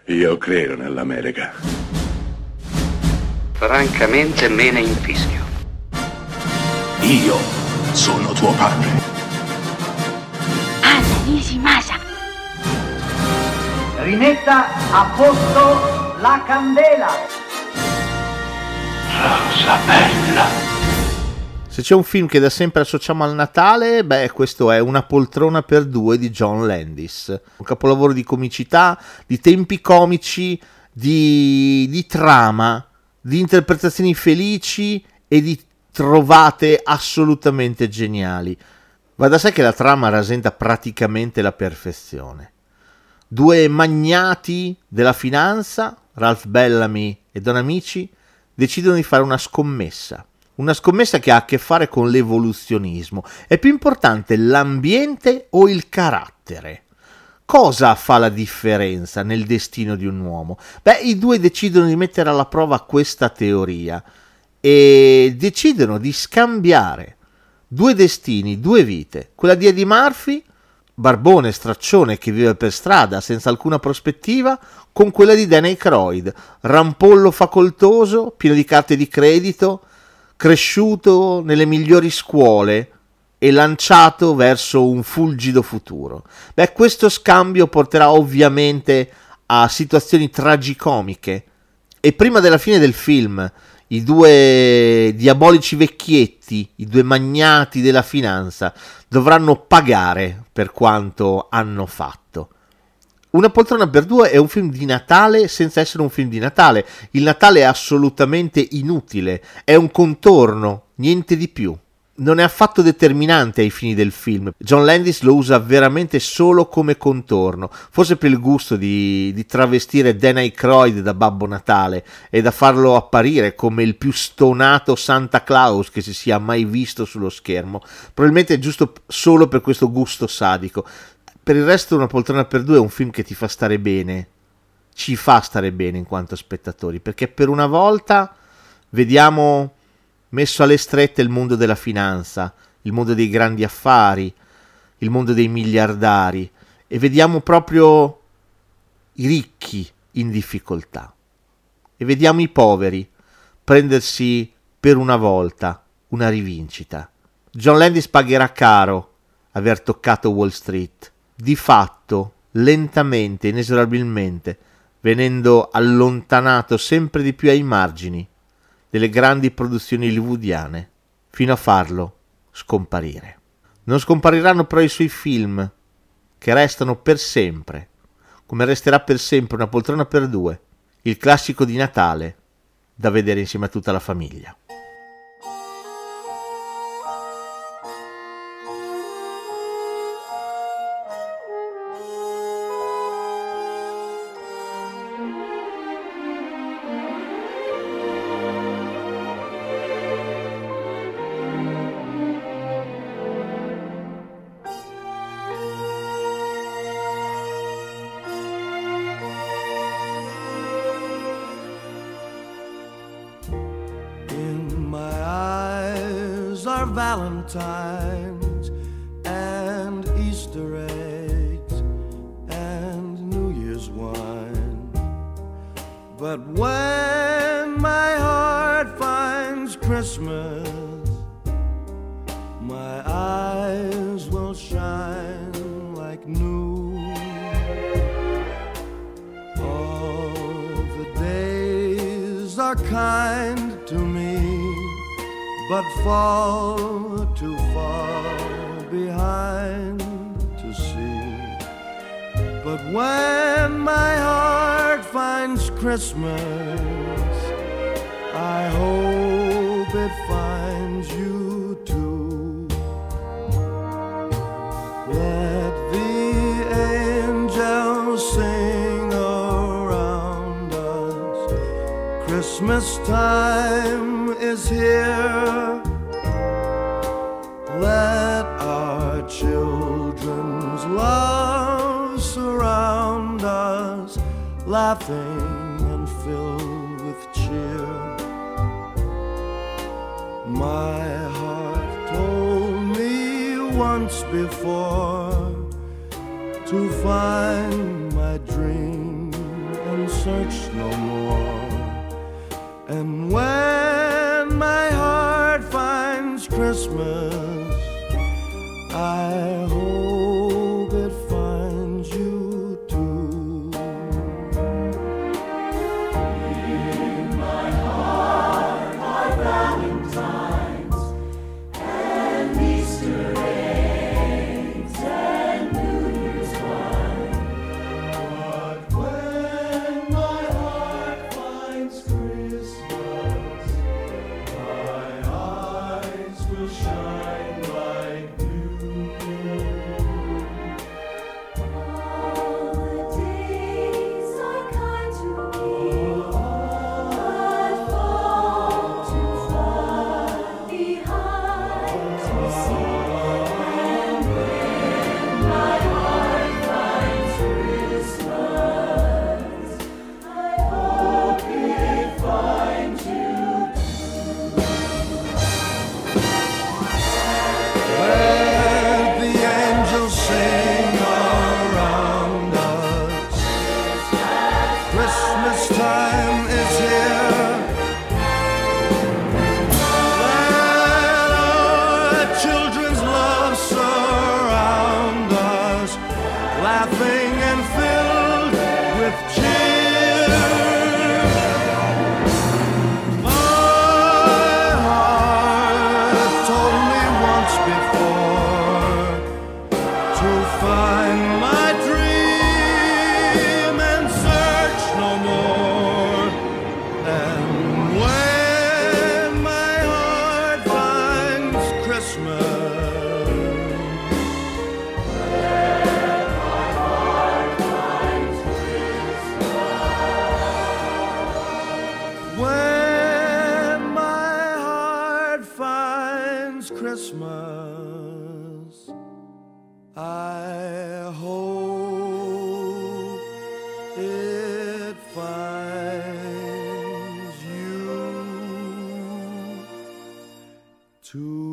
Io credo nell'America. Francamente me ne infischio. Io sono tuo padre. Anna Nishimasa. Rimetta a posto la candela. Rosa bella. Se c'è un film che da sempre associamo al Natale, questo è Una poltrona per due di John Landis. Un capolavoro di comicità, di tempi comici, di trama, di interpretazioni felici e di trovate assolutamente geniali. Va da sé che la trama rasenta praticamente la perfezione. Due magnati della finanza, Ralph Bellamy e Don Amici, decidono di fare una scommessa. Una scommessa che ha a che fare con l'evoluzionismo. È più importante l'ambiente o il carattere? Cosa fa la differenza nel destino di un uomo? I due decidono di mettere alla prova questa teoria e decidono di scambiare due destini, due vite. Quella di Eddie Murphy, barbone, straccione che vive per strada senza alcuna prospettiva, con quella di Dan Aykroyd, rampollo facoltoso, pieno di carte di credito, cresciuto nelle migliori scuole e lanciato verso un fulgido futuro. Questo scambio porterà ovviamente a situazioni tragicomiche e prima della fine del film i due diabolici vecchietti, i due magnati della finanza, dovranno pagare per quanto hanno fatto. Una poltrona per due è un film di Natale senza essere un film di Natale. Il Natale è assolutamente inutile, è un contorno, niente di più. Non è affatto determinante ai fini del film. John Landis lo usa veramente solo come contorno, forse per il gusto di travestire Dan Aykroyd da Babbo Natale e da farlo apparire come il più stonato Santa Claus che si sia mai visto sullo schermo. Probabilmente è giusto solo per questo gusto sadico. Per il resto Una poltrona per due è un film che ti fa stare bene, ci fa stare bene in quanto spettatori, perché per una volta vediamo messo alle strette il mondo della finanza, il mondo dei grandi affari, il mondo dei miliardari e vediamo proprio i ricchi in difficoltà e vediamo i poveri prendersi per una volta una rivincita. John Landis pagherà caro aver toccato Wall Street, di fatto, lentamente, inesorabilmente, venendo allontanato sempre di più ai margini delle grandi produzioni hollywoodiane, fino a farlo scomparire. Non scompariranno però i suoi film, che restano per sempre, come resterà per sempre Una poltrona per due, il classico di Natale, da vedere insieme a tutta la famiglia. Valentines and Easter eggs and New Year's wine. But when my heart finds Christmas, my eyes will shine like new. All the days are kind to me, but fall too far behind to see. But when my heart finds Christmas, I hope it finds you too. Let the angels sing around us. Christmas time is here. Let our children's love surround us, laughing and filled with cheer. My heart told me once before to find my dream and search no more. And when my heart finds Christmas, I hope it finds you too. In my heart are Valentine's and Easter eggs and New Year's wine. But when my heart finds Christmas, my eyes will shine like all the days are kind to me, but fall too far behind to see. And when my heart finds Christmas, I hope it finds you. Let the angels sing around us. Christmas time is here. Let our children's love surround us, laughing and filled with cheer. My heart told me once before to find my dream and search no more. And when my heart finds Christmas, when my heart finds Christmas, I hope it finds you too.